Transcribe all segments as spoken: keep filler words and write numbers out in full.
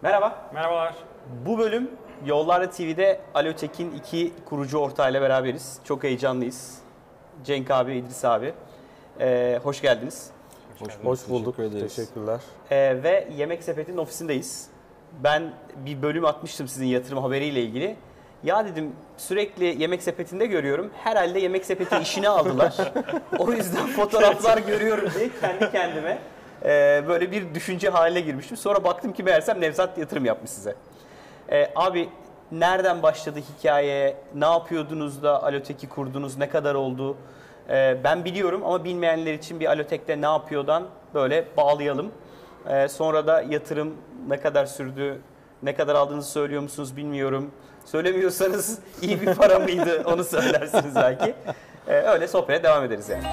Merhaba. Merhabalar. Bu bölüm Yollarda T V'de Alotek'in iki kurucu ortağıyla beraberiz. Çok heyecanlıyız. Cenk abi, İdris abi. Ee, hoş geldiniz. Hoş, hoş bulduk. Teşekkür Teşekkürler. Ee, ve Yemek Sepeti'nin ofisindeyiz. Ben bir bölüm atmıştım sizin yatırım haberiyle ilgili. Ya dedim sürekli Yemek Sepeti'nde görüyorum. Herhalde Yemek Sepeti işine aldılar. O yüzden fotoğraflar görüyorum diye kendi kendime e, böyle bir düşünce haline girmiştim. Sonra baktım ki meğersem Nevzat yatırım yapmış size. E, abi nereden başladı hikaye? Ne yapıyordunuz da Alotek'i kurdunuz? Ne kadar oldu? E, ben biliyorum ama bilmeyenler için bir Alotek'te ne yapıyordan böyle bağlayalım. E, sonra da yatırım ne kadar sürdü? Ne kadar aldığınızı söylüyor musunuz bilmiyorum. Söylemiyorsanız iyi bir para mıydı onu söylersiniz belki. Ee, öyle sohbete devam ederiz yani.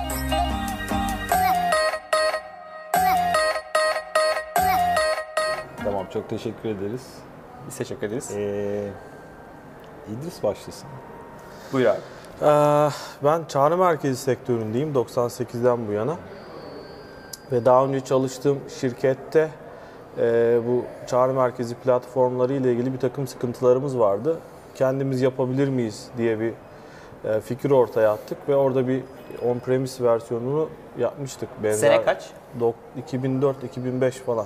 Tamam, çok teşekkür ederiz. Biz teşekkür ederiz. Ee, İdris başlasın. Buyur abi. Ee, ben çağrı merkezi sektöründeyim doksan sekizden bu yana. Ve daha önce çalıştığım şirkette e, bu çağrı merkezi platformları ile ilgili bir takım sıkıntılarımız vardı. Kendimiz yapabilir miyiz diye bir e, fikir ortaya attık ve orada bir on-premise versiyonunu yapmıştık. Benzer, Sene kaç? iki bin dört iki bin beş falan.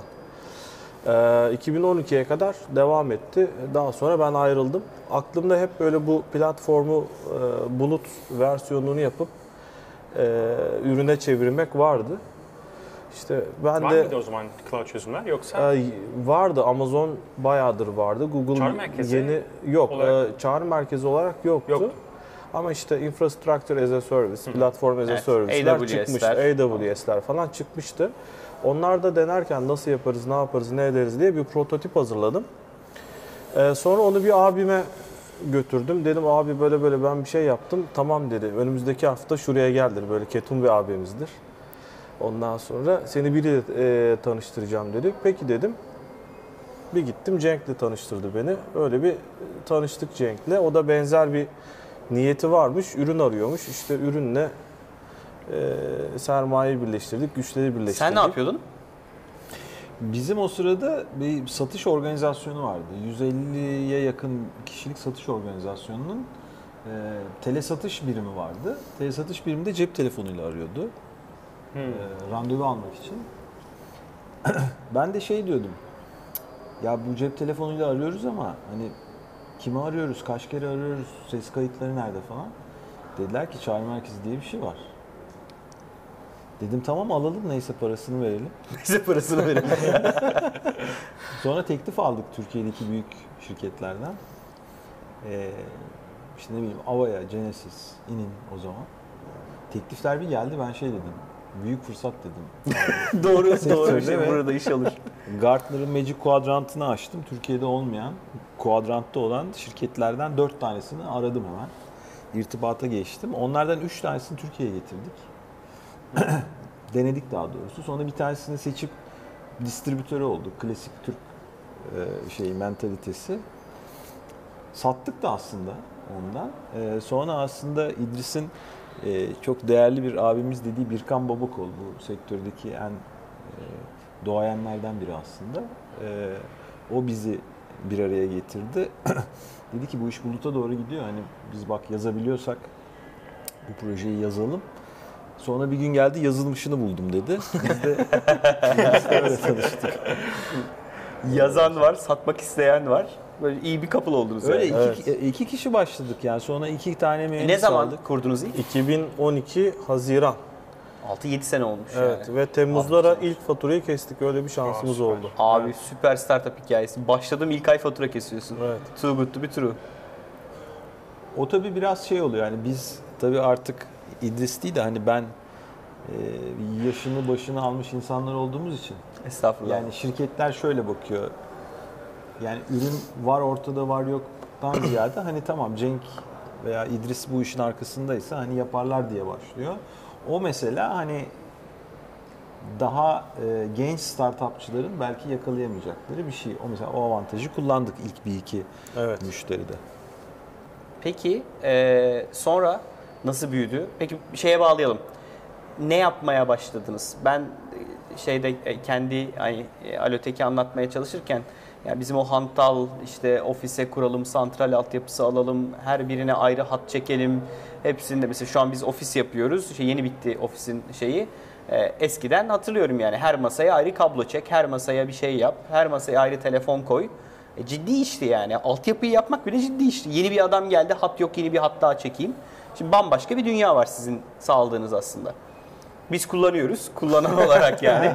E, iki bin on ikiye kadar devam etti. Daha sonra ben ayrıldım. Aklımda hep böyle bu platformu e, bulut versiyonunu yapıp e, ürüne çevirmek vardı. İşte ben Var de mıydı o zaman cloud çözümler yoksa? e, vardı, Amazon bayağıdır vardı. Google Çağrı merkezi yeni yok. olarak- E, çağrı merkezi olarak yoktu. Yoktu. Ama işte infrastructure as a service, platform as a Evet, service'ler A W S'ler. çıkmıştı. A W S'ler falan çıkmıştı. Onlar da denerken nasıl yaparız, ne yaparız, ne ederiz diye bir prototip hazırladım. E, sonra onu bir abime götürdüm. Dedim abi böyle böyle ben bir şey yaptım. Tamam dedi. Önümüzdeki hafta şuraya geldir. Böyle ketum bir abimizdir. Ondan sonra seni biriyle e, tanıştıracağım dedi. Peki dedim. Bir gittim, Cenk'le tanıştırdı beni. Öyle bir tanıştık Cenk'le. O da benzer bir niyeti varmış. Ürün arıyormuş. İşte ürünle e, sermayeyi birleştirdik, güçleri birleştirdik. Sen ne yapıyordun? Bizim o sırada bir satış organizasyonu vardı. yüz elliye yakın kişilik satış organizasyonunun e, tele satış birimi vardı. Tele satış birimi de cep telefonuyla arıyordu. Hmm. E, randevu almak için. Ben de şey diyordum. Ya bu cep telefonuyla arıyoruz ama hani kimi arıyoruz, kaç kere arıyoruz, ses kayıtları nerede falan. Dediler ki çağrı merkezi diye bir şey var. Dedim tamam alalım, neyse parasını verelim. Neyse parasını verin. Sonra teklif aldık Türkiye'deki büyük şirketlerden. Ee, işte ne bileyim Avaya, Genesis, İnin o zaman. Teklifler bir geldi, ben şey dedim. Büyük fırsat dedim. doğru, doğru bir Sektörde şey. ve- Burada iş olur. Gartner'ın Magic Quadrant'ını açtım. Türkiye'de olmayan, kuadrantta olan şirketlerden dört tanesini aradım hemen. İrtibata geçtim. Onlardan üç tanesini Türkiye'ye getirdik. Denedik daha doğrusu. Sonra bir tanesini seçip distribütörü olduk. Klasik Türk e, şey mentalitesi. Sattık da aslında ondan. E, sonra aslında İdris'in e, çok değerli bir abimiz dediği Birkan Babakol, bu sektördeki en e, doğayanlardan biri aslında. E, o bizi bir araya getirdi. Dedi ki bu iş buluta doğru gidiyor. Hani biz bak yazabiliyorsak bu projeyi yazalım. Sonra bir gün geldi, yazılmışını buldum dedi. Biz de, biz de öyle tanıştık. Yazan var, satmak isteyen var. Böyle iyi bir couple oldunuz Öyle yani. iki, iki kişi başladık yani. Sonra iki tane E, mühendis ne zaman aldık. kurdunuz ilk? iki bin on iki Haziran. altı yedi sene olmuş Evet yani. ve Temmuzlara Altı sene. ilk faturayı kestik. Öyle bir şansımız Aa, süper. oldu. Abi süper startup hikayesi. Başladım ilk ay fatura kesiyorsun. Evet. Too good to be true. O tabii biraz şey oluyor yani biz tabii artık İdris değil de hani ben e, yaşını başını almış insanlar olduğumuz için Estağfurullah. yani şirketler şöyle bakıyor. Yani ürün var ortada var yoktan ziyade hani tamam Cenk veya İdris bu işin arkasındaysa hani yaparlar diye başlıyor. O mesela hani daha e, genç startupçıların belki yakalayamayacakları bir şey. O mesela o avantajı kullandık ilk bir iki Evet. müşteride. Peki e, sonra nasıl büyüdü? Peki bir şeye bağlayalım. Ne yapmaya başladınız? Ben e, şeyde e, kendi hani e, Alotek'i anlatmaya çalışırken Yani bizim o hantal işte ofise kuralım, santral altyapısı alalım, her birine ayrı hat çekelim. Hepsinde mesela şu an biz ofis yapıyoruz. Şey, yeni bitti ofisin şeyi. Ee, eskiden hatırlıyorum yani her masaya ayrı kablo çek, her masaya bir şey yap, her masaya ayrı telefon koy. E, ciddi işti yani. Altyapıyı yapmak bile ciddi işti. Yeni bir adam geldi, hat yok, yeni bir hat daha çekeyim. Şimdi bambaşka bir dünya var sizin sağladığınız aslında. Biz kullanıyoruz, kullanan olarak yani.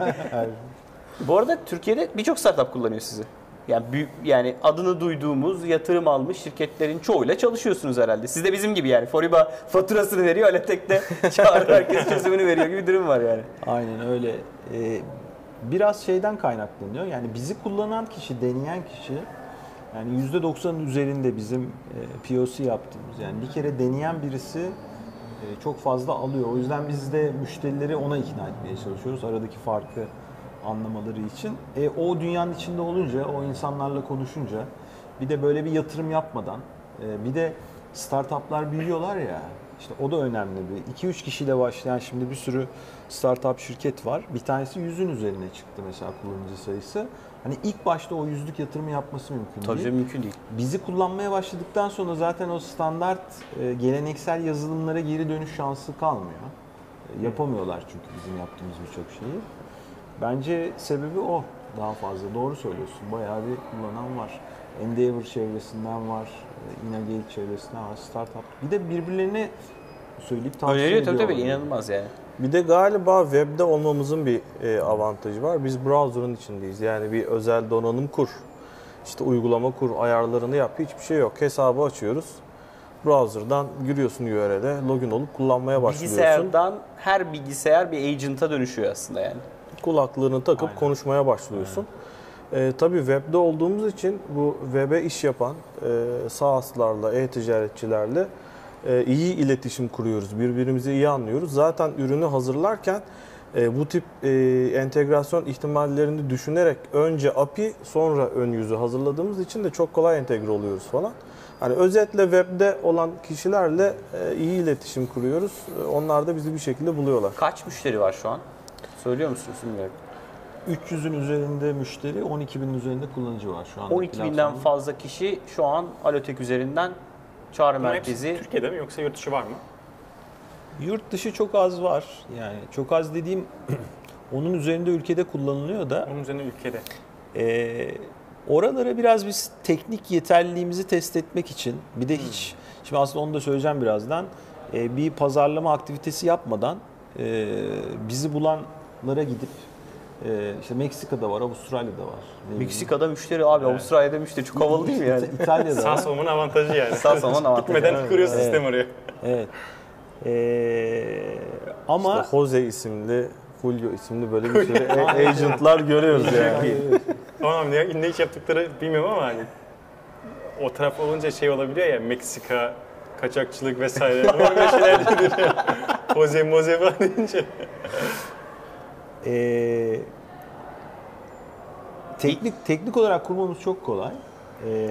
Bu arada Türkiye'de birçok startup kullanıyor sizi. Yani büyük, yani adını duyduğumuz, yatırım almış şirketlerin çoğuyla çalışıyorsunuz herhalde. Siz de bizim gibi yani. Foriba faturasını veriyor, Alatek'te çağırır herkes çözümünü veriyor gibi bir durum var yani. Aynen öyle. Ee, biraz şeyden kaynaklanıyor. Yani bizi kullanan kişi, deneyen kişi, yani yüzde doksanın üzerinde bizim e, P O C yaptığımız, yani bir kere deneyen birisi e, çok fazla alıyor. O yüzden biz de müşterileri ona ikna etmeye çalışıyoruz. Aradaki farkı anlamaları için. E, o dünyanın içinde olunca, o insanlarla konuşunca, bir de böyle bir yatırım yapmadan, e, bir de startuplar büyüyorlar ya, işte o da önemli bir. iki üç kişiyle başlayan şimdi bir sürü startup şirket var. Bir tanesi yüzün üzerine çıktı mesela kullanıcı sayısı. Hani ilk başta o yüzlük yatırımı yapması mümkün Tabii değil. mümkün değil. Bizi kullanmaya başladıktan sonra zaten o standart e, geleneksel yazılımlara geri dönüş şansı kalmıyor. E, yapamıyorlar çünkü bizim yaptığımız birçok şeyi. Bence sebebi o daha fazla. Doğru söylüyorsun. Bayağı bir kullanan var. Endeavor çevresinden var, Inagate çevresinden var, startup. Bir de birbirlerine söyleyip tavsiye Öneriyor ediyorlar. tabii tabii, inanılmaz yani. Bir de galiba webde olmamızın bir e, avantajı var. Biz browser'ın içindeyiz. Yani bir özel donanım kur, işte uygulama kur, ayarlarını yap. Hiçbir şey yok. Hesabı açıyoruz. Browser'dan giriyorsun U R L'e, login olup kullanmaya başlıyorsun. Bilgisayardan her bilgisayar bir agent'a dönüşüyor aslında yani. Kulaklığını takıp Aynen. konuşmaya başlıyorsun. E, tabii webde olduğumuz için bu web'e iş yapan e, SaaS'larla, e-ticaretçilerle e, iyi iletişim kuruyoruz. Birbirimizi iyi anlıyoruz. Zaten ürünü hazırlarken e, bu tip e, entegrasyon ihtimallerini düşünerek önce A P I sonra ön yüzü hazırladığımız için de çok kolay entegre oluyoruz falan. Hani özetle webde olan kişilerle e, iyi iletişim kuruyoruz. E, onlar da bizi bir şekilde buluyorlar. Kaç müşteri var şu an? Söylüyor musunuz bilmiyorum. üç yüzün üzerinde müşteri, on iki binin üzerinde kullanıcı var şu anda. on iki binden platformda. fazla kişi şu an Alotek üzerinden çağrı Bunların merkezi. hepsi Türkiye'de mi yoksa yurt dışı var mı? Yurt dışı çok az var. Yani çok az dediğim onun üzerinde ülkede kullanılıyor da Onun üzerine ülkede. e, oralara biraz biz teknik yeterliliğimizi test etmek için, bir de hiç, şimdi aslında onu da söyleyeceğim birazdan, e, bir pazarlama aktivitesi yapmadan e, bizi bulanlara gidip e, işte Meksika'da var, Avustralya'da var. Ne bileyim. Meksika'da müşteri abi, Evet. Avustralya'da müşteri. Çok havalı değil mi yani? İta- İtalya'da Sağ var. solunun avantajı yani. Sağ solunun avantajı. Gitmeden kuruyorsun Evet. sistem oraya. Evet. E, ama İşte Jose isimli, Julio isimli böyle bir sürü a- agentlar görüyoruz yani. Tamam ne, ne iş yaptıkları bilmiyorum ama hani o taraf olunca şey olabiliyor ya, Meksika, kaçakçılık vesaire. Böyle şeyler dediriyor. Jose moze falan deyince. Ee, teknik teknik olarak kurmamız çok kolay. Ee,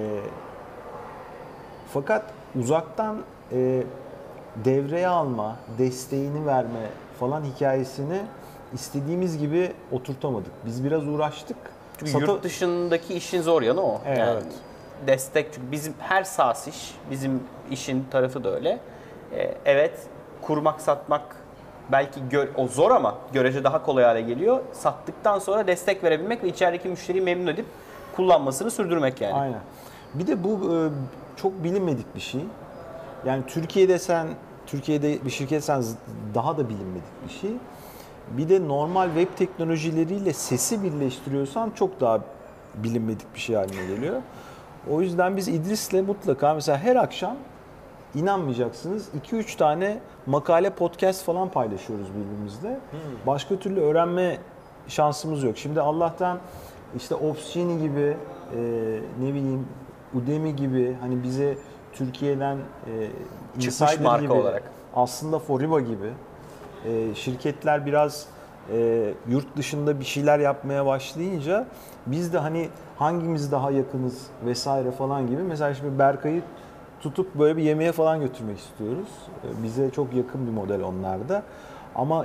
fakat uzaktan e, devreye alma, desteğini verme falan hikayesini istediğimiz gibi oturtamadık. Biz biraz uğraştık. Çünkü Sata- yurt dışındaki işin zor yanı o. Evet. Yani destek, çünkü bizim her SaaS iş, bizim işin tarafı da öyle. Ee, evet, kurmak, satmak belki gö- o zor ama görece daha kolay hale geliyor. Sattıktan sonra destek verebilmek ve içerideki müşteriyi memnun edip kullanmasını sürdürmek yani. Aynen. Bir de bu e, çok bilinmedik bir şey. Yani Türkiye'de sen, Türkiye'de bir şirketsen z- daha da bilinmedik bir şey. Bir de normal web teknolojileriyle sesi birleştiriyorsan çok daha bilinmedik bir şey haline geliyor. O yüzden biz İdris'le mutlaka mesela her akşam inanmayacaksınız iki üç tane makale, podcast falan paylaşıyoruz birbirimizle. Başka türlü öğrenme şansımız yok. Şimdi Allah'tan işte Opsgenie gibi, e, ne bileyim Udemy gibi, hani bize Türkiye'den e, Çıkmış Insider marka gibi, olarak. aslında Foriba gibi e, şirketler biraz e, yurt dışında bir şeyler yapmaya başlayınca biz de hani hangimiz daha yakınız vesaire falan gibi, mesela şimdi Berkay'ı tutup böyle bir yemeğe falan götürmek istiyoruz. E, bize çok yakın bir model onlarda. Ama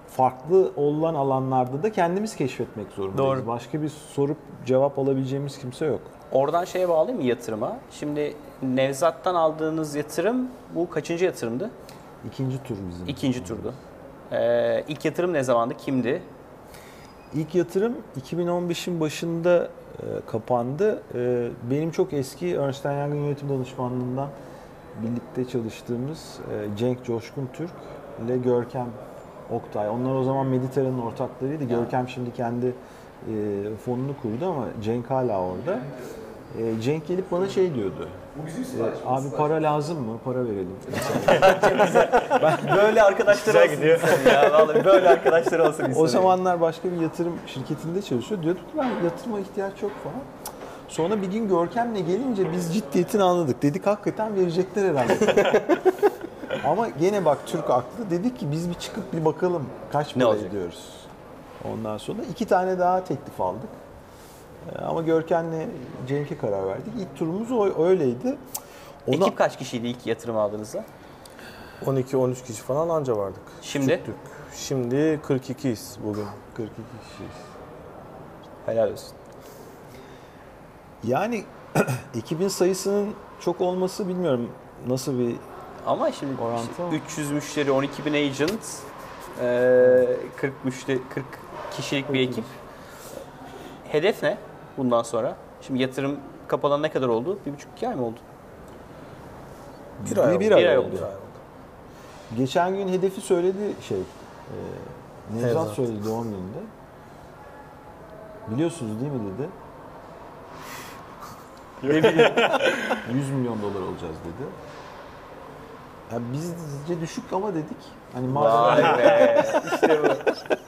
farklı olan alanlarda da kendimiz keşfetmek zorundayız. Doğru. Başka bir sorup cevap alabileceğimiz kimse yok. Oradan şeye bağlayayım mı yatırıma? Şimdi Nevzat'tan aldığınız yatırım bu kaçıncı yatırımdı? İkinci tur bizim. İkinci turdu. Ee, ilk yatırım ne zamandı? Kimdi? İlk yatırım iki bin on beşin başında e, kapandı. E, benim çok eski Ernst and Young'ın yönetim danışmanlığından birlikte çalıştığımız e, Cenk Coşkun Türk ile Görkem Oktay. Onlar o zaman Mediterrane'ın ortaklarıydı. Ya. Görkem şimdi kendi e, fonunu kurdu ama Cenk hala orada. E, Cenk gelip bana şey diyordu. E, abi para lazım mı? Para verelim. ben böyle arkadaşlar olsun gidiyor. ya. Vallahi böyle arkadaşlar olsun istedim. O zamanlar başka bir yatırım şirketinde çalışıyor. Diyorduk ki ben yatırıma ihtiyaç yok falan. Sonra bir gün Görkem'le gelince biz ciddiyetini anladık. Dedik hakikaten verecekler herhalde. Ama gene bak Türk aklı, dedik ki biz bir çıkıp bir bakalım kaç para ediyoruz. Ondan sonra iki tane daha teklif aldık. Ama Görkem'le Cenk'e karar verdik. İlk turumuz o, öyleydi. Ona... Ekip kaç kişiydi ilk yatırım aldığınızda? on iki on üç kişi falan anca vardık. Şimdi? Küçüktük. Şimdi kırk ikiyiz bugün. kırk iki kişiyiz. Helal olsun. Yani ekibin sayısının çok olması bilmiyorum nasıl bir ama şimdi orantı ama. üç yüz müşteri, on iki bin agent, kırk müşteri, kırk kişilik bir ekip. Hedef ne bundan sonra? Şimdi yatırım kapanan ne kadar oldu? Bir buçuk iki ay mı oldu? Bir ay, bir, oldu. bir ay, bir ay oldu. oldu. Geçen gün hedefi söyledi şey. E, Nevzat söyledi doğum gününde. Biliyorsunuz değil mi dedi. yüz milyon dolar olacağız dedi. Ya bizce düşük ama dedik. Hani Vay be. İşte bu.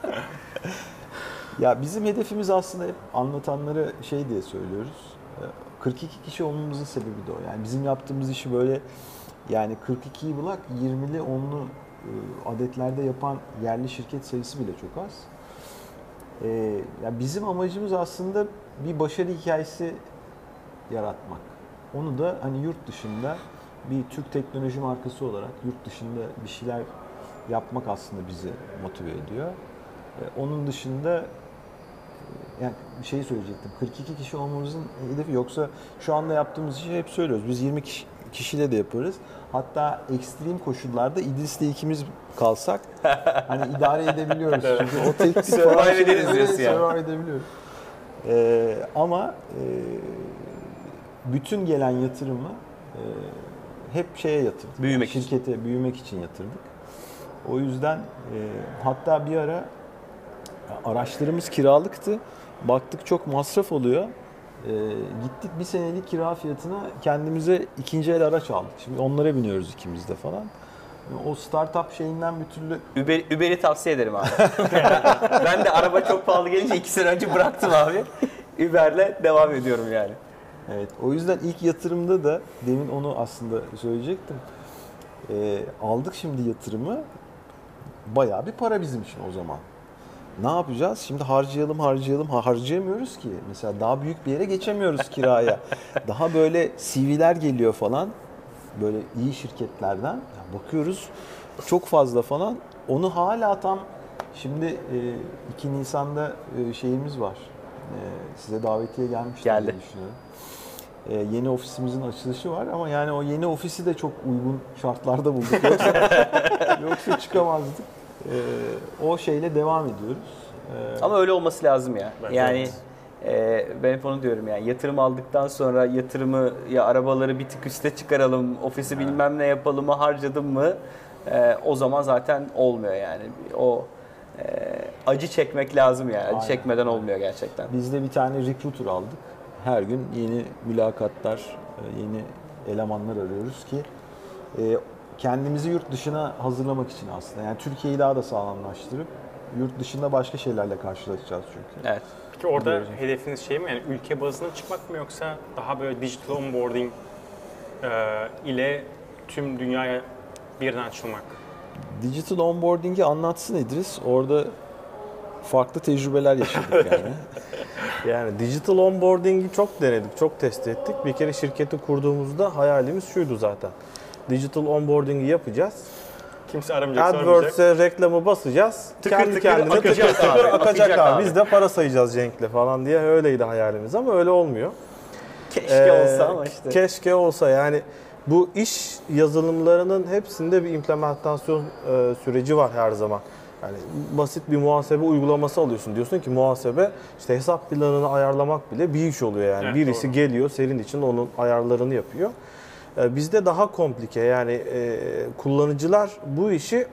Ya bizim hedefimiz aslında hep anlatanlara şey diye söylüyoruz. kırk iki kişi olmamızın sebebi de o. Yani bizim yaptığımız işi böyle yani kırk ikiyi bırak yirmili onlu adetlerde yapan yerli şirket sayısı bile çok az. Ee, ya bizim amacımız aslında bir başarı hikayesi yaratmak. Onu da hani yurt dışında bir Türk teknoloji markası olarak yurt dışında bir şeyler yapmak aslında bizi motive ediyor. Ee, onun dışında yani bir şey söyleyecektim. kırk iki kişi olmamızın hedefi, yoksa şu anda yaptığımız işi hep söylüyoruz. Biz yirmi kişi, kişiyle de yaparız. Hatta ekstrem koşullarda İdris'le ikimiz kalsak hani idare edebiliyoruz. Çünkü o teknik survive ederiz diyorsun yani. Survive edebiliyoruz. Ee, ama e, bütün gelen yatırımı e, hep şeye yatırdık. Büyümek yani şirkete için. büyümek için yatırdık. O yüzden e, hatta bir ara araçlarımız kiralıktı. Baktık çok masraf oluyor. Ee, gittik bir senelik kira fiyatına kendimize ikinci el araç aldık. Şimdi onlara biniyoruz ikimiz de falan. O startup şeyinden bir türlü... Uber, Uber'i tavsiye ederim abi. Ben de araba çok pahalı gelince iki sene önce bıraktım abi. Uber'le devam ediyorum yani. Evet. O yüzden ilk yatırımda da demin onu aslında söyleyecektim. Ee, aldık şimdi yatırımı. Bayağı bir para bizim için o zaman. Ne yapacağız? Şimdi harcayalım harcayalım ha, harcayamıyoruz ki. Mesela daha büyük bir yere geçemiyoruz kiraya. Daha böyle C V'ler geliyor falan. Böyle iyi şirketlerden. Ya bakıyoruz çok fazla falan. Onu hala tam şimdi e, iki Nisan'da e, şeyimiz var. E, size davetiye gelmişti Geldi. diye düşünüyorum. E, yeni ofisimizin açılışı var ama yani o yeni ofisi de çok uygun şartlarda bulduk. Yoksa, yoksa çıkamazdık. Ee, o şeyle devam ediyoruz. Ee, Ama öyle olması lazım ya. Bence yani e, ben hep onu diyorum yani yatırım aldıktan sonra yatırımı ya arabaları bir tık üste çıkaralım, ofisi ha. bilmem ne yapalım mı harcadım mı e, o zaman zaten olmuyor yani. O e, acı çekmek lazım yani. Acı Aynen. çekmeden olmuyor gerçekten. Biz de bir tane recruiter aldık. Her gün yeni mülakatlar, yeni elemanlar arıyoruz ki e, kendimizi yurt dışına hazırlamak için aslında. Yani Türkiye'yi daha da sağlamlaştırıp yurt dışında başka şeylerle karşılaşacağız çünkü. Evet. Peki orada Göreceğim. hedefiniz şey mi? Yani ülke bazına çıkmak mı yoksa daha böyle digital onboarding e, ile tüm dünyaya birden açılmak? Digital onboarding'i anlatsın İdris. Orada farklı tecrübeler yaşadık yani. Yani digital onboarding'i çok denedik, çok test ettik. Bir kere şirketi kurduğumuzda hayalimiz şuydu zaten. Digital onboarding'i yapacağız. Kimse aramayacak, sormayacak. AdWords'e reklamı basacağız. Tıkır kendi tıkır kendine akacak tıkır tıkır abi, akacak, akacak abi. abi. Biz de para sayacağız Cenk'le falan diye öyleydi hayalimiz ama öyle olmuyor. Keşke Ee, olsa ama işte. Keşke olsa yani bu iş yazılımlarının hepsinde bir implementasyon e, süreci var her zaman. Yani basit bir muhasebe uygulaması alıyorsun. Diyorsun ki muhasebe işte hesap planını ayarlamak bile bir iş oluyor yani. Evet, Birisi doğru. geliyor senin için onun ayarlarını yapıyor. E, bizde daha komplike yani e, kullanıcılar bu işi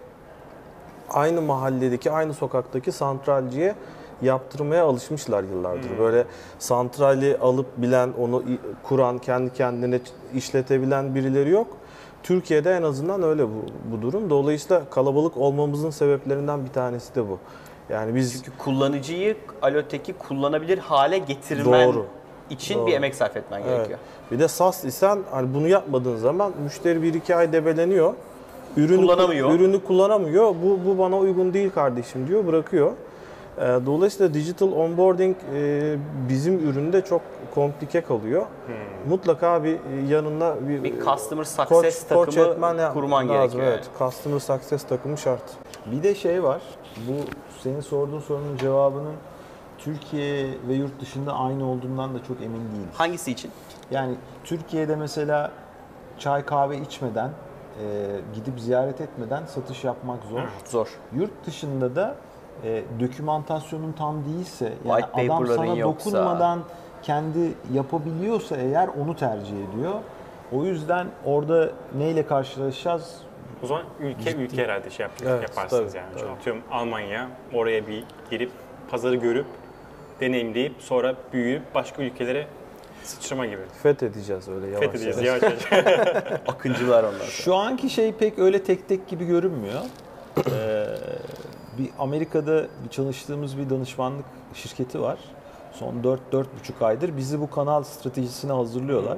aynı mahalledeki, aynı sokaktaki santralciye yaptırmaya alışmışlar yıllardır. Hmm. Böyle santrali alıp bilen, onu i- kuran, kendi kendine ç- işletebilen birileri yok. Türkiye'de en azından öyle bu, bu durum. Dolayısıyla kalabalık olmamızın sebeplerinden bir tanesi de bu. Yani biz Çünkü kullanıcıyı Allotek'i kullanabilir hale getirmen Doğru. için Doğru. bir emek sarf etmen Evet. gerekiyor. Bir de SaaS isen hani bunu yapmadığın zaman müşteri bir iki ay debeleniyor. Ürünü Kullanamıyor. Ürünü kullanamıyor. Bu bu bana uygun değil kardeşim diyor, bırakıyor. Ee, Dolayısıyla digital onboarding e, bizim üründe çok komplike kalıyor. Hmm. Mutlaka bir yanına bir, Bir customer koç, success koç takımı etmen ya- kurman lazım. gerekiyor. Evet, customer success takımı şart. Bir de şey var, bu senin sorduğun sorunun cevabının Türkiye ve yurt dışında aynı olduğundan da çok emin değiliz. Hangisi için? Yani Türkiye'de mesela çay kahve içmeden, e, gidip ziyaret etmeden satış yapmak zor. Zor. Yurt dışında da e, dokümantasyonun tam değilse, White yani adam paper'ların sana yoksa. dokunmadan kendi yapabiliyorsa eğer onu tercih ediyor. O yüzden orada neyle karşılaşacağız? O zaman ülke Ciddi. ülke herhalde şey yap, Evet, yaparsınız tabii, yani. tabii. Çünkü atıyorum Almanya, oraya bir girip pazarı görüp deneyimleyip sonra büyüyüp başka ülkelere sıçrama gibi. Fethedeceğiz öyle yavaş Fethedeceğiz yavaş. yavaş yavaş. Akıncılar onlar. Şu anki şey pek öyle tek tek gibi görünmüyor. Ee, bir Amerika'da bir çalıştığımız bir danışmanlık şirketi var. Son dört dört buçuk aydır bizi bu kanal stratejisine hazırlıyorlar.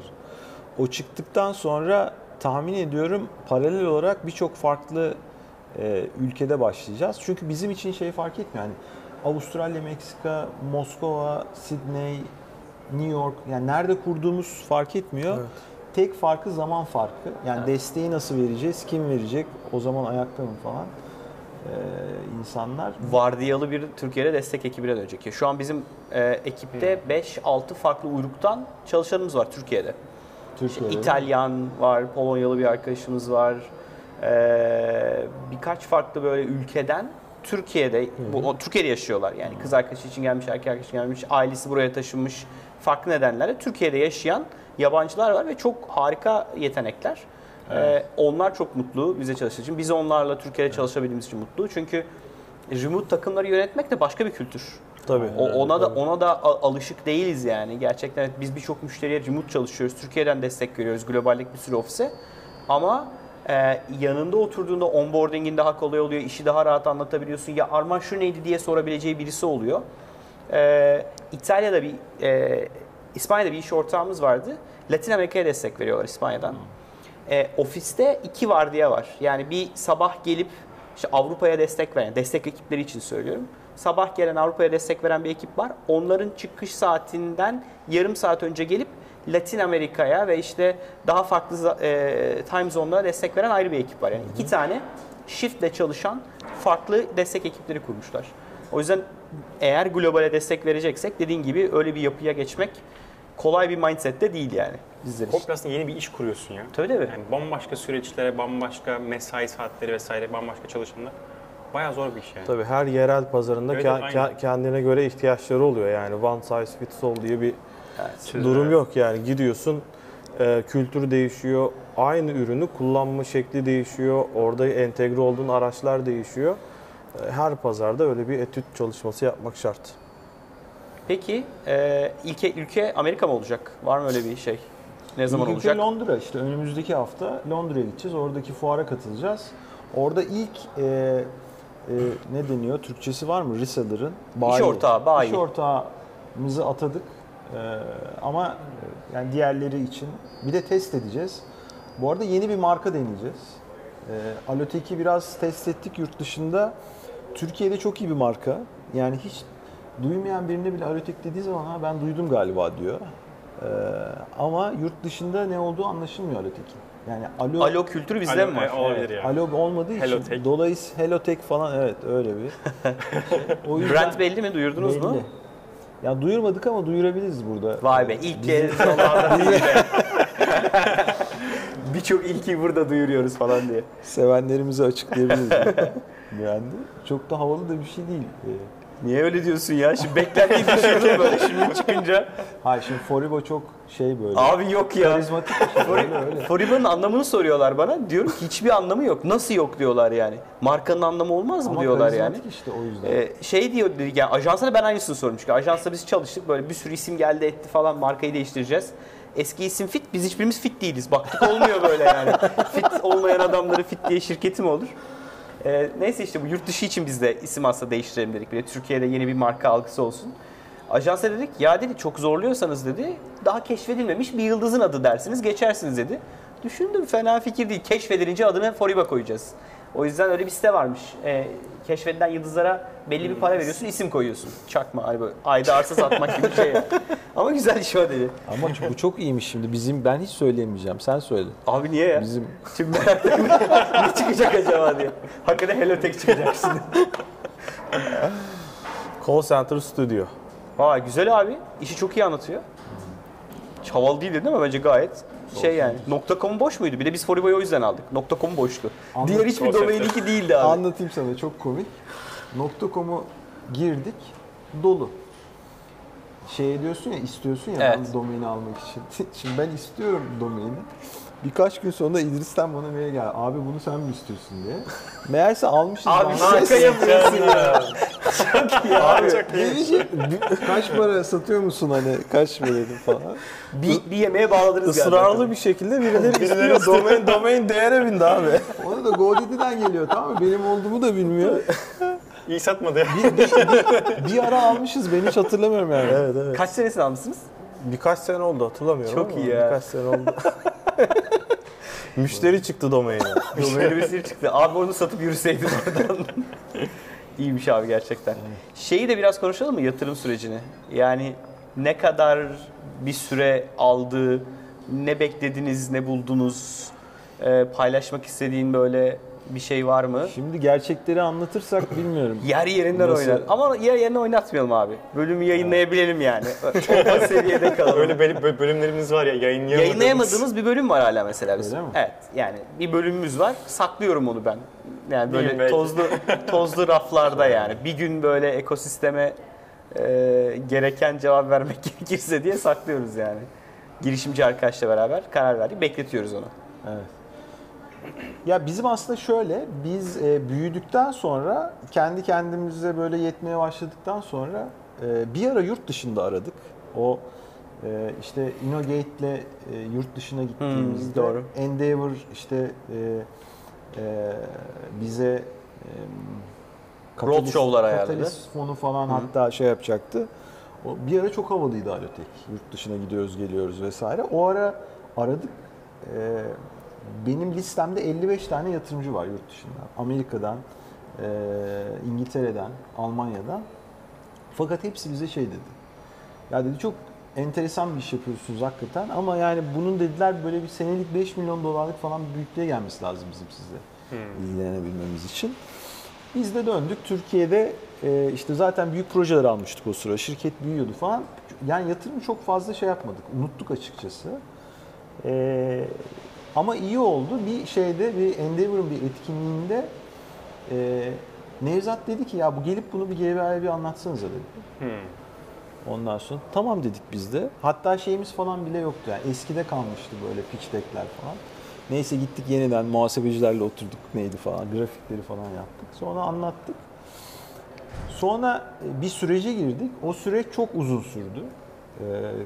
O çıktıktan sonra tahmin ediyorum paralel olarak birçok farklı e, ülkede başlayacağız. Çünkü bizim için şey fark etmiyor. Yani Avustralya, Meksika, Moskova, Sydney, New York, yani nerede kurduğumuz fark etmiyor. Evet. Tek farkı zaman farkı. Yani desteği nasıl vereceğiz, kim verecek, o zaman ayakta mı falan ee, insanlar. Vardiyalı bir Türkiye'de destek ekibine dönecek. Şu an bizim e, ekipte beş altı farklı uyruktan çalışanımız var Türkiye'de. Türkiye'de. İtalyan var, Polonyalı bir arkadaşımız var. Ee, birkaç farklı böyle ülkeden Türkiye'de, bu, o, Türkiye'de yaşıyorlar. Yani kız arkadaşı için gelmiş, erkek arkadaşı için gelmiş, ailesi buraya taşınmış. Farklı nedenlerle Türkiye'de yaşayan yabancılar var ve çok harika yetenekler. Ee, onlar çok mutlu bize çalıştığı için. Biz onlarla Türkiye'de çalışabildiğimiz için mutlu. Çünkü remote takımları yönetmek de başka bir kültür. Tabii. O, ona da ona da a- alışık değiliz yani. Gerçekten evet, biz birçok müşteriye remote çalışıyoruz. Türkiye'den destek görüyoruz globallik bir sürü ofise. Ama e, yanında oturduğunda onboarding'in daha kolay oluyor. İşi daha rahat anlatabiliyorsun. Ya Arman şu neydi diye sorabileceği birisi oluyor. E, İtalya'da bir e, İspanya'da bir iş ortağımız vardı. Latin Amerika'ya destek veriyorlar İspanya'dan. E, ofiste iki vardiya var. Yani bir sabah gelip işte Avrupa'ya destek veren, destek ekipleri için söylüyorum. Sabah gelen Avrupa'ya destek veren bir ekip var. Onların çıkış saatinden yarım saat önce gelip Latin Amerika'ya ve işte daha farklı e, time zone'lara destek veren ayrı bir ekip var. Yani hı hı. iki tane shiftle çalışan farklı destek ekipleri kurmuşlar. O yüzden eğer globale destek vereceksek dediğin gibi öyle bir yapıya geçmek kolay bir mindset de değil yani bizler için. Komple aslında yeni bir iş kuruyorsun ya. Tabii tabii. Yani bambaşka süreçlere, bambaşka mesai saatleri vesaire, bambaşka çalışanlar. Bayağı zor bir iş yani. Tabii her yerel pazarında Evet, ke- aynen. ke- kendine göre ihtiyaçları oluyor. Yani one size fits all diye bir Evet. durum yok yani. Gidiyorsun, e, kültürü değişiyor, aynı ürünü kullanma şekli değişiyor, orada entegre olduğun araçlar değişiyor. E, her pazarda öyle bir etüt çalışması yapmak şart. Peki e, ülke ülke Amerika mı olacak? Var mı öyle bir şey? Ne zaman İlk ülke olacak? Londra, işte önümüzdeki hafta Londra'ya gideceğiz. Oradaki fuara katılacağız. Orada ilk e, e, ne deniyor? Türkçesi var mı? Reseller'ın bayi. İş ortağı, bayi. İş ortağımızı atadık. E, ama e, yani diğerleri için bir de test edeceğiz. Bu arada yeni bir marka deneyeceğiz. E, Allotek'i biraz test ettik yurt dışında. Türkiye'de çok iyi bir marka. Yani hiç duymayan birine bile Allotek dediği zaman ha ben duydum galiba diyor. Ee, ama yurt dışında ne olduğu anlaşılmıyor Allotek'in. Yani alo, Alo kültürü bizde Alo, mi var? e, olabilir yani. alo olmadığı için Hellotek. dolayısıyla Hellotek falan evet öyle bir. şey. O yüzden Brand belli mi? Duyurdunuz mu? belli. Ya duyurmadık ama duyurabiliriz burada. Vay be ilk kez onlardan biri de. Birçok ilki burada duyuruyoruz falan diye. Sevenlerimize açıklayabiliriz. Yani çok da havalı da bir şey değil. Ee, Niye öyle diyorsun ya? Şimdi beklentiyi düşürdün böyle şimdi çıkınca. Hayır şimdi Foribo çok şey böyle. Abi yok ya. Karizmatik bir şey. Öyle öyle. Foriba'nın anlamını soruyorlar bana. Diyorum ki hiçbir anlamı yok. Nasıl yok diyorlar yani. Markanın anlamı olmaz mı Ama diyorlar yani. karizmatik işte o yüzden. Ee, şey diyor dedik yani ajansa da ben aynısını sordum çünkü ajansa biz çalıştık böyle bir sürü isim geldi etti falan markayı değiştireceğiz. Eski isim Fit biz hiçbirimiz fit değiliz. Baktık olmuyor böyle yani. Fit olmayan adamları Fit diye şirketi mi olur? Ee, neyse işte bu yurt dışı için biz de isim aslında değiştirelim dedik. Bir de Türkiye'de yeni bir marka algısı olsun. Ajansa dedik ya dedi çok zorluyorsanız dedi daha keşfedilmemiş bir yıldızın adı dersiniz geçersiniz dedi. Düşündüm fena fikir değil. Keşfedilince adını Foriba koyacağız. O yüzden öyle bir site varmış. Ee, keşfedilen yıldızlara belli bir para veriyorsun, isim koyuyorsun. Çakma hani böyle ayda arsa satmak gibi bir şey. Ama güzel iş o dedi. Ama bu çok iyiymiş şimdi. Bizim ben hiç söyleyemeyeceğim. Sen söyle. Abi niye ya? Bizim Şimdi merak ettim. Ne çıkacak acaba diye. Hakikaten Hellotek çıkacak şimdi. Call Center Studio. Vay güzel abi. İşi çok iyi anlatıyor. Çaval değil dedi ama bence gayet şey yani. .com boş muydu? Bir de biz Foriba'yı o yüzden aldık. .com boştu. Anlat- Diğer hiçbir domain iki değildi abi. anlatayım sana çok komik. .com'u girdik dolu. Şey diyorsun ya istiyorsun ya Evet. ben domaini almak için. Şimdi ben istiyorum domaini. Birkaç gün sonra İdris'ten bana mail geldi. Abi bunu sen mi istiyorsun diye. Meğerse almışız. Abi ben. şaka yapıyorsun ya. Çok iyi abi. Gelecek, bir- kaç para satıyor musun hani kaç verelim falan. Bir, bir yemeğe bağladınız galiba. Israrlı bir şekilde birileri istiyor. Domain, domain değere bindi abi. Ona da GoDaddy'den geliyor tamam mı? Benim olduğumu da bilmiyor. İyi satmadı ya. Bir, bir, bir, bir ara almışız ben hiç hatırlamıyorum yani. Evet evet. Kaç senesini almışsınız? Birkaç sene oldu hatırlamıyorum Çok ama iyi ya. Birkaç sene oldu. Müşteri çıktı domaine. Domain bir çıktı. Abi onu satıp yürüseydin oradan. İyiymiş abi gerçekten. Şeyi de biraz konuşalım mı yatırım sürecini? Yani ne kadar bir süre aldı, ne beklediniz, ne buldunuz, Ee, paylaşmak istediğin böyle bir şey var mı? Şimdi gerçekleri anlatırsak bilmiyorum. Yer yerinden Nasıl? oynar. Ama yer yerine oynatmayalım abi. Bölümü yayınlayabilelim yani. O seviyede kalalım. Öyle böl- bölümlerimiz var ya yayınlayamadığımız. Yayınlayamadığımız bir bölüm var hala mesela bizim. Öyle mi? Evet. Yani bir bölümümüz var. Saklıyorum onu ben. Yani Bir gün böyle belki. tozlu tozlu raflarda yani. Bir gün böyle ekosisteme e, gereken cevap vermek gerekirse diye saklıyoruz yani. Girişimci arkadaşla beraber karar verdik. Bekletiyoruz onu. Evet. Ya bizim aslında şöyle, biz e, büyüdükten sonra, kendi kendimize böyle yetmeye başladıktan sonra e, bir ara yurt dışında aradık. O e, işte Innogate'le e, yurt dışına gittiğimizde, doğru. Endeavor işte e, e, bize e, Roadshow'lar ayarladı. Catalyst fonu falan hatta şey yapacaktı. O bir ara çok havalıydı Alotek. Yurt dışına gidiyoruz, geliyoruz vesaire. O ara aradık. E, Benim listemde elli beş tane yatırımcı var yurt dışından. Amerika'dan, e, İngiltere'den, Almanya'dan. Fakat hepsi bize şey dedi. Ya dedi çok enteresan bir iş yapıyorsunuz hakikaten ama yani bunun dediler böyle bir senelik beş milyon dolarlık falan bir büyüklüğe gelmesi lazım bizim sizle hmm. ilgilenebilmemiz için. Biz de döndük. Türkiye'de e, işte zaten büyük projeler almıştık o sıra. Şirket büyüyordu falan. Yani yatırım çok fazla şey yapmadık. Unuttuk açıkçası. Eee Ama iyi oldu. Bir şeyde, bir Endeavor'ın bir etkinliğinde e, Nevzat dedi ki ya bu gelip bunu bir G B A'ya bir anlatsanıza dedi. Hmm. Ondan sonra tamam dedik biz de. Hatta şeyimiz falan bile yoktu yani. Eskide kalmıştı böyle pitch deck'ler falan. Neyse gittik yeniden muhasebecilerle oturduk neydi falan, grafikleri falan yaptık. Sonra anlattık. Sonra bir sürece girdik. O süreç çok uzun sürdü. Ee,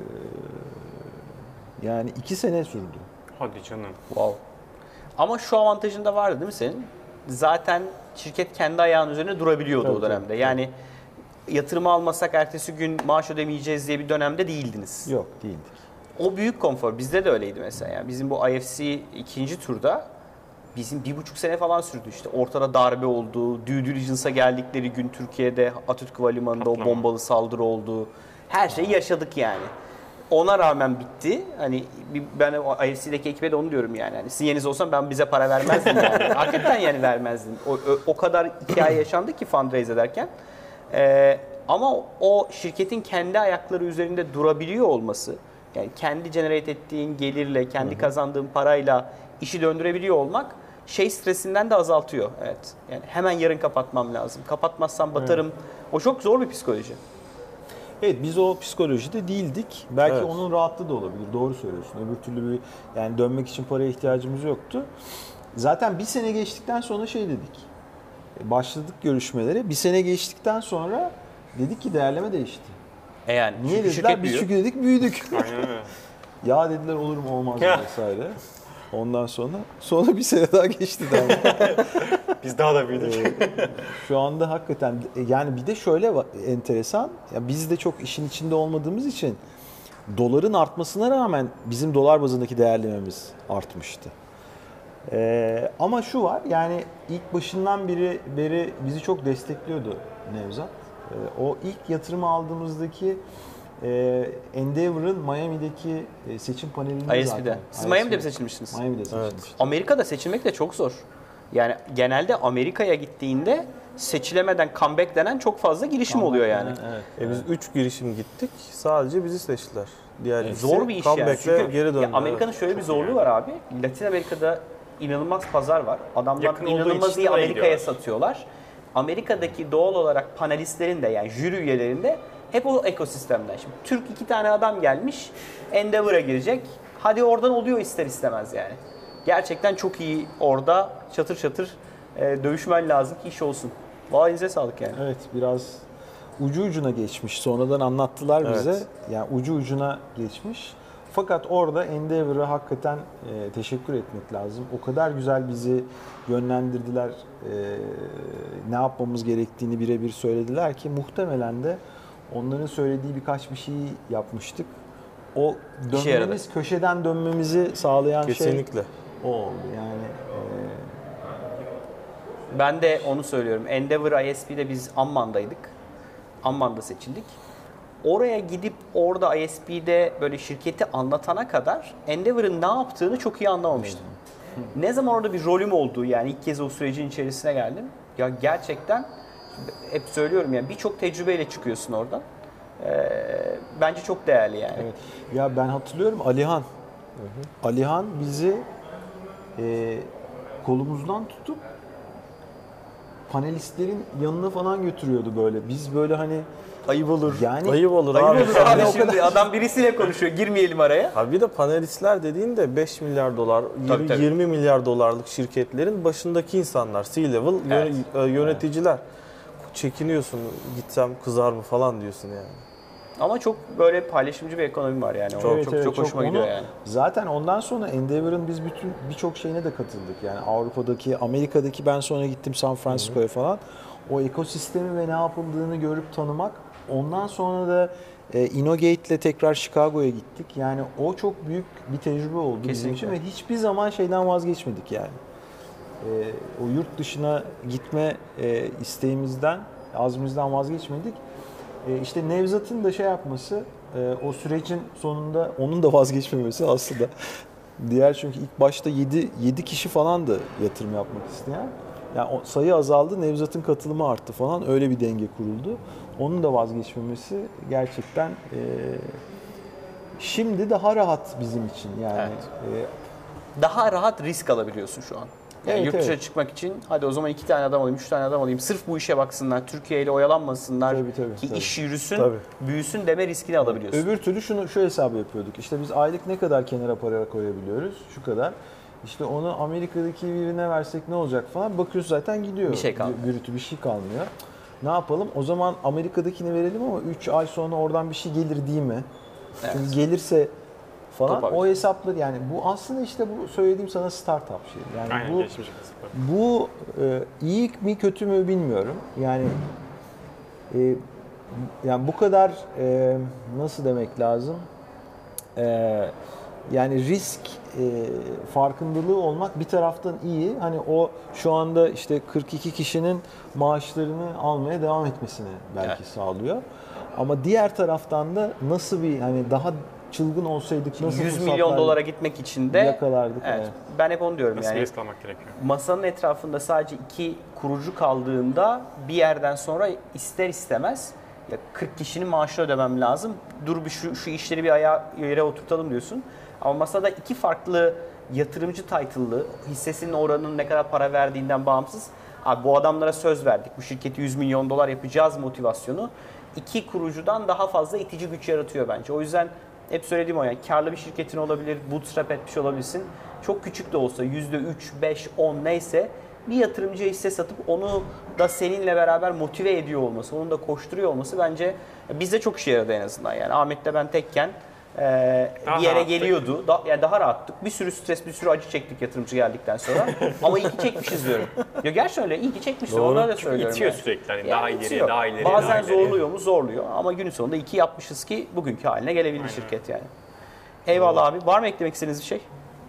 yani iki sene sürdü. Hadi canım. Wow. Ama şu avantajın da vardı değil mi senin? Zaten şirket kendi ayağının üzerine durabiliyordu Tabii, o dönemde. tabii. Yani yatırımı almasak ertesi gün maaş ödemeyeceğiz diye bir dönemde değildiniz. Yok değildik. O büyük konfor. Bizde de öyleydi mesela. Yani bizim bu I F C ikinci turda bizim bir buçuk sene falan sürdü işte. Ortada darbe oldu. Due diligence'a geldikleri gün Türkiye'de Atatürk Havalimanı'nda o bombalı saldırı oldu. Her şeyi yaşadık yani. ona rağmen bitti. Hani bir- ben o I F C'deki ekibe de onu diyorum yani. Hani sizin yeriniz olsam ben bize para vermezdim yani. Hakikaten yani vermezdim. O, o, o kadar hikaye yaşandı ki fundraise ederken. Ee, ama o şirketin kendi ayakları üzerinde durabiliyor olması, yani kendi generate ettiğin gelirle, kendi kazandığın parayla işi döndürebiliyor olmak şey stresinden de azaltıyor. Evet. Yani hemen yarın kapatmam lazım. Kapatmazsam batarım. O çok zor bir psikoloji. Evet, biz o psikolojide değildik. Belki Evet. onun rahatlığı da olabilir. Doğru söylüyorsun. Öbür türlü bir yani dönmek için paraya ihtiyacımız yoktu. Zaten bir sene geçtikten sonra şey dedik. Başladık görüşmelere. Bir sene geçtikten sonra dedik ki değerleme değişti. E yani Niye çünkü dediler? şirket Biz büyüyor. çünkü dedik büyüdük. Aynen öyle. Ya dediler olur mu olmaz mı vesaire. Ondan sonra sonra bir sene daha geçti daha. Biz daha da büyüdük. Şu anda hakikaten yani bir de şöyle va- enteresan. Ya biz de çok işin içinde olmadığımız için doların artmasına rağmen bizim dolar bazındaki değerlememiz artmıştı. Ee, ama şu var yani ilk başından beri beri bizi çok destekliyordu Nevzat. Ee, o ilk yatırımı aldığımızdaki e, Endeavor'ın Miami'deki e, seçim panelinde I S P'de. zaten. Siz Miami'de mi I S P seçilmiştiniz? Miami'de seçilmiştik. Amerika'da seçilmek de çok zor. Yani genelde Amerika'ya gittiğinde seçilemeden comeback denen çok fazla girişim oluyor yani. Evet. E biz üç girişim gittik. Sadece bizi seçtiler. Diğer ikisi Zor bir iş yani. comeback'le Çünkü geri döndü. ya Amerika'nın şöyle bir zorluğu var abi. Latin Amerika'da inanılmaz pazar var. Adamlar Yakın olduğu inanılmaz için iyi oraya Amerika'ya gidiyorlar. satıyorlar. Amerika'daki doğal olarak panelistlerin de yani jüri üyelerinin de hep o ekosistemden. Şimdi Türk iki tane adam gelmiş, Endeavor'a girecek. Hadi oradan oluyor ister istemez yani. Gerçekten çok iyi orada çatır çatır e, dövüşmen lazım ki iş olsun. Vallahi elinize sağlık yani. Evet, biraz ucu ucuna geçmiş. Sonradan anlattılar Evet. bize. Yani ucu ucuna geçmiş. Fakat orada Endeavor'a hakikaten e, teşekkür etmek lazım. O kadar güzel bizi yönlendirdiler. E, ne yapmamız gerektiğini birebir söylediler ki muhtemelen de onların söylediği birkaç bir şeyi yapmıştık. O İşe yaradı. dönmemiz, köşeden dönmemizi sağlayan Kesinlikle. şey o oldu. Yani e, Ben de onu söylüyorum. Endeavor I S P'de biz Amman'daydık. Amman'da seçildik. Oraya gidip orada I S P'de böyle şirketi anlatana kadar Endeavor'ın ne yaptığını çok iyi anlamamıştım. Ne zaman orada bir rolüm oldu yani ilk kez o sürecin içerisine geldim. Ya gerçekten hep söylüyorum yani birçok tecrübeyle çıkıyorsun oradan. Ee, bence çok değerli yani. Evet. Ya ben hatırlıyorum Alihan. Alihan bizi e, kolumuzdan tutup panelistlerin yanına falan götürüyordu böyle. Biz böyle hani Ayıp olur. yani Ayıp olur Ayıp abi. olur Yani abi o şimdi kadar- adam birisiyle konuşuyor. Girmeyelim araya. Abi bir de panelistler dediğin de beş milyar dolar, Tabii, tabii. yirmi milyar dolarlık şirketlerin başındaki insanlar, C-level yö- Evet. e, yöneticiler. Çekiniyorsun, gitsem kızar mı falan diyorsun yani. Ama çok böyle paylaşımcı bir ekonomi var yani. Çok Evet, çok, evet, çok hoşuma onu- gidiyor yani. Zaten ondan sonra Endeavor'ın biz bütün birçok şeyine de katıldık. Yani Avrupa'daki, Amerika'daki ben sonra gittim San Francisco'ya falan. O ekosistemi ve ne yapıldığını görüp tanımak. Ondan sonra da e, Innogate ile tekrar Chicago'ya gittik. Yani o çok büyük bir tecrübe oldu bizim için Kesinlikle. ve hiçbir zaman şeyden vazgeçmedik yani. E, o yurt dışına gitme e, isteğimizden, azmimizden vazgeçmedik. E, işte Nevzat'ın da şey yapması, e, o sürecin sonunda onun da vazgeçmemesi aslında. Diğer çünkü ilk başta yedi kişi falan da yatırım yapmak isteyen. Yani o sayı azaldı, Nevzat'ın katılımı arttı falan. Öyle bir denge kuruldu. Onun da vazgeçmemesi gerçekten e, şimdi daha rahat bizim için. Yani Evet. e, Daha rahat risk alabiliyorsun şu an. Yani Evet, yurt dışına evet. çıkmak için hadi o zaman iki tane adam alayım, üç tane adam alayım. Sırf bu işe baksınlar, Türkiye ile oyalanmasınlar Tabii, tabii, ki tabii. iş yürüsün, Tabii. büyüsün deme riskini alabiliyorsun. Öbür türlü şunu şu hesabı yapıyorduk. İşte biz aylık ne kadar kenara para koyabiliyoruz? Şu kadar. İşte onu Amerika'daki birine versek ne olacak falan. Bakıyorsun zaten gidiyor. Bir şey kalmıyor. Gürültü bir şey kalmıyor. Ne yapalım? O zaman Amerika'dakini verelim ama üç ay sonra oradan bir şey gelir değil mi? Evet. Çünkü gelirse falan Toparlayın. o hesapları yani bu aslında işte bu söylediğim sana startup şey. Yani Aynen bu geçmiş olsun. bu e, iyi mi kötü mü bilmiyorum. Yani e, yani bu kadar e, nasıl demek lazım? E, yani risk e, farkındalığı olmak bir taraftan iyi. Hani o şu anda işte kırk iki kişinin maaşlarını almaya devam etmesini belki Evet. sağlıyor. Ama diğer taraftan da nasıl bir hani daha çılgın olsaydık nasıl yüz fırsatlar milyon dolara gitmek için de yakalardık. evet, Evet. ben hep onu diyorum Nasıl yani. risk almak gerekiyor? Masanın etrafında sadece iki kurucu kaldığında bir yerden sonra ister istemez ya kırk kişinin maaşını ödemem lazım. Dur bir şu, şu işleri bir ayağa yere oturtalım diyorsun. Ama masada iki farklı yatırımcı title'lı, hissesinin oranının ne kadar para verdiğinden bağımsız. Abi bu adamlara söz verdik. Bu şirketi yüz milyon dolar yapacağız motivasyonu. İki kurucudan daha fazla itici güç yaratıyor bence. O yüzden hep söylediğim o yani karlı bir şirketin olabilir, bootstrap etmiş olabilirsin. Çok küçük de olsa yüzde üç, beş, on neyse bir yatırımcıya hisse satıp onu da seninle beraber motive ediyor olması, onun da koşturuyor olması bence bizde çok işe yaradı en azından. Yani Ahmet'le ben tekken e, bir yere geliyordu. Da, yani daha rahattık. Bir sürü stres, bir sürü acı çektik yatırımcı geldikten sonra. Ama iyi ki çekmişiz diyorum. Ya gerçekten öyle iyi ki çekmişiz. Onları da söylüyorum. İtiyor yani. sürekli. Hani Yani daha itiyor. ileriye, daha ileriye, Bazen daha ileriye. zorluyor mu? Zorluyor. Ama günün sonunda iki yapmışız ki bugünkü haline gelebildi şirket yani. Eyvallah abi. Var mı eklemek istediğiniz bir şey?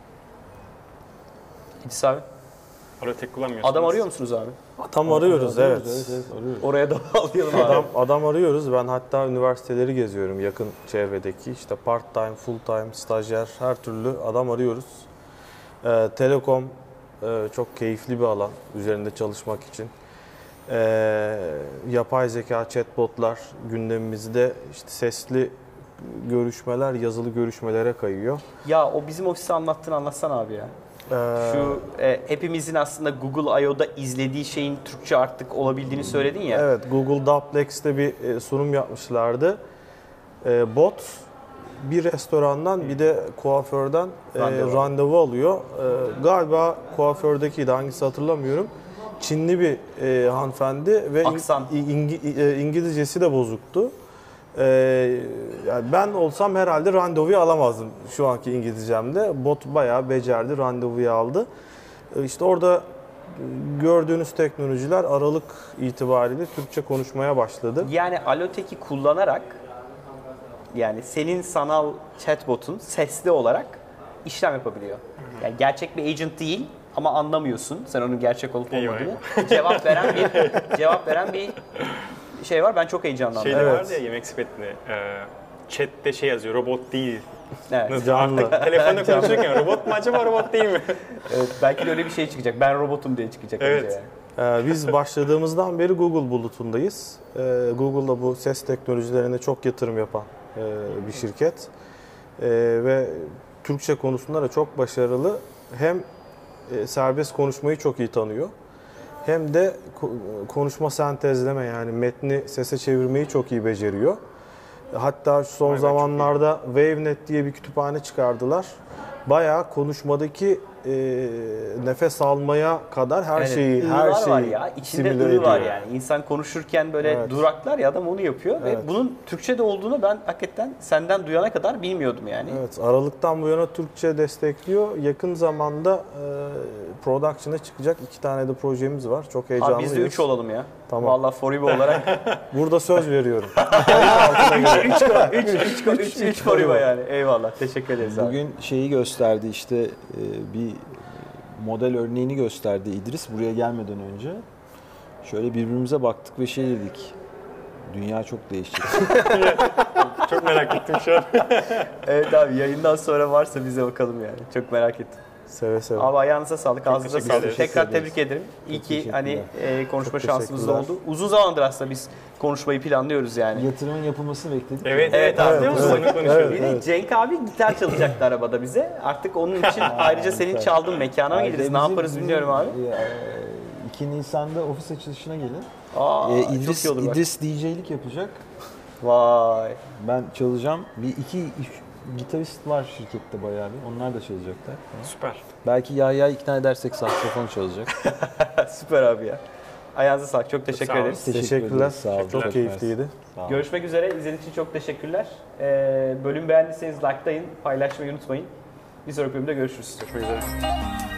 İdris abi. Arada tek kullanmıyorsunuz. Adam arıyor musunuz abi? Tam arıyoruz, evet. Evet, evet, arıyoruz. Oraya da bağlayalım abi. Adam, adam arıyoruz. Ben hatta üniversiteleri geziyorum yakın çevredeki. İşte part time, full time, stajyer her türlü adam arıyoruz. Ee, Telekom e, çok keyifli bir alan üzerinde çalışmak için. Ee, yapay zeka, chatbotlar gündemimizde işte sesli görüşmeler, yazılı görüşmelere kayıyor. Ya o bizim ofisi anlattığını anlatsana abi ya. Ee, Şu e, hepimizin aslında Google I O'da izlediği şeyin Türkçe artık olabildiğini söyledin ya. Evet, Google Duplex'te bir e, sunum yapmışlardı. E, bot bir restorandan bir de kuaförden e, Randevu. randevu alıyor. E, galiba kuafördekiydi, hangisi hatırlamıyorum. Çinli bir e, hanımefendi ve Aksan. İng- İngi- e, İngilizcesi de bozuktu. E, yani ben olsam herhalde randevuyu alamazdım şu anki İngilizcemde. Bot bayağı becerdi, randevuyu aldı. E, işte orada gördüğünüz teknolojiler Aralık itibariyle Türkçe konuşmaya başladı. Yani Alotech'i kullanarak yani senin sanal chatbot'un sesli olarak işlem yapabiliyor. Yani gerçek bir agent değil ama anlamıyorsun sen onun gerçek olup Eyvah, olmadığını. Cevap veren bir cevap veren bir şey var. Ben çok heyecanlandım. Şeyde Evet. vardı ya yemek sepetinde. E, chatte şey yazıyor, robot değil. Evet. Nasıl? Canlı. Artık telefonda konuşurken robot mu acaba, robot değil mi? Evet, belki de öyle bir şey çıkacak. Ben robotum diye çıkacak Evet. önce yani. Ee, biz başladığımızdan beri Google bulutundayız. Ee, Google'da bu ses teknolojilerine çok yatırım yapan e, bir şirket. Ee, ve Türkçe konusunda da çok başarılı. Hem e, serbest konuşmayı çok iyi tanıyor. Hem de ko- konuşma sentezleme yani metni sese çevirmeyi çok iyi beceriyor. Hatta son Vay be, çok zamanlarda WaveNet diye bir kütüphane çıkardılar. Bayağı konuşmadaki e, nefes almaya kadar her Evet, şeyi ığlar her şeyi var ya. İçinde simüle ığ ediyor. var yani. İnsan konuşurken böyle Evet. duraklar ya adam onu yapıyor Evet. ve bunun Türkçe'de olduğunu ben hakikaten senden duyana kadar bilmiyordum yani. Evet, Aralık'tan bu yana Türkçe destekliyor. Yakın zamanda e, production'a çıkacak iki tane de projemiz var. Çok Abi heyecanlıyız. biz de üç olalım ya. Tamam. Vallahi Foribo olarak Burada söz veriyorum. üç Foribo yani. Eyvallah. Teşekkür ederiz abi. Bugün şeyi gösterdi işte e, bir model örneğini gösterdi İdris buraya gelmeden önce. Şöyle birbirimize baktık ve şey dedik. Dünya çok değişecek. Çok merak ettim şu an. Evet abi yayından sonra varsa bize bakalım yani. Çok merak ettim. Seve seve. Abi ayağınıza sağlık, ağzınıza teşekkür sağlık. ederiz. Tekrar Teşekkür tebrik ederim. İyi Çok ki hani e, konuşma Çok şansımız da teşekkürler. oldu. Uzun zamandır aslında biz konuşmayı planlıyoruz yani. Yatırımın yapılmasını bekledik. Evet, Evet evet, abi. hatırlıyor musun? Evet, Onu konuşuyorduk. Bir de Cenk abi gitar çalacaktı arabada bize. Artık onun için ayrıca senin süper. çaldığın mekana mı Ayrıca gideriz? Ne bizim- yaparız bizim, bilmiyorum abi. e, iki Nisan'da ofis açılışına gelin. Aa, E, İdris, çok iyi olur bak. İdris D J'lik yapacak. Vay. Ben çalacağım. Bir iki üç gitarist var şirkette bayağı bir. Onlar da çalacaklar. Süper. Belki Yahya ikna edersek saksafon çalacak. Süper abi ya. Ayağınıza sağlık. Çok teşekkür Sağ olun. ederiz. Teşekkür Teşekkürler. ederiz, sağ olun. Çok Çok keyifliydi. Sağ olun. Görüşmek üzere. İzlediğiniz için çok teşekkürler. Ee, bölüm beğendiyseniz likelayın, paylaşmayı unutmayın. Bir sonraki bölümde görüşürüz. Görüşmek üzere.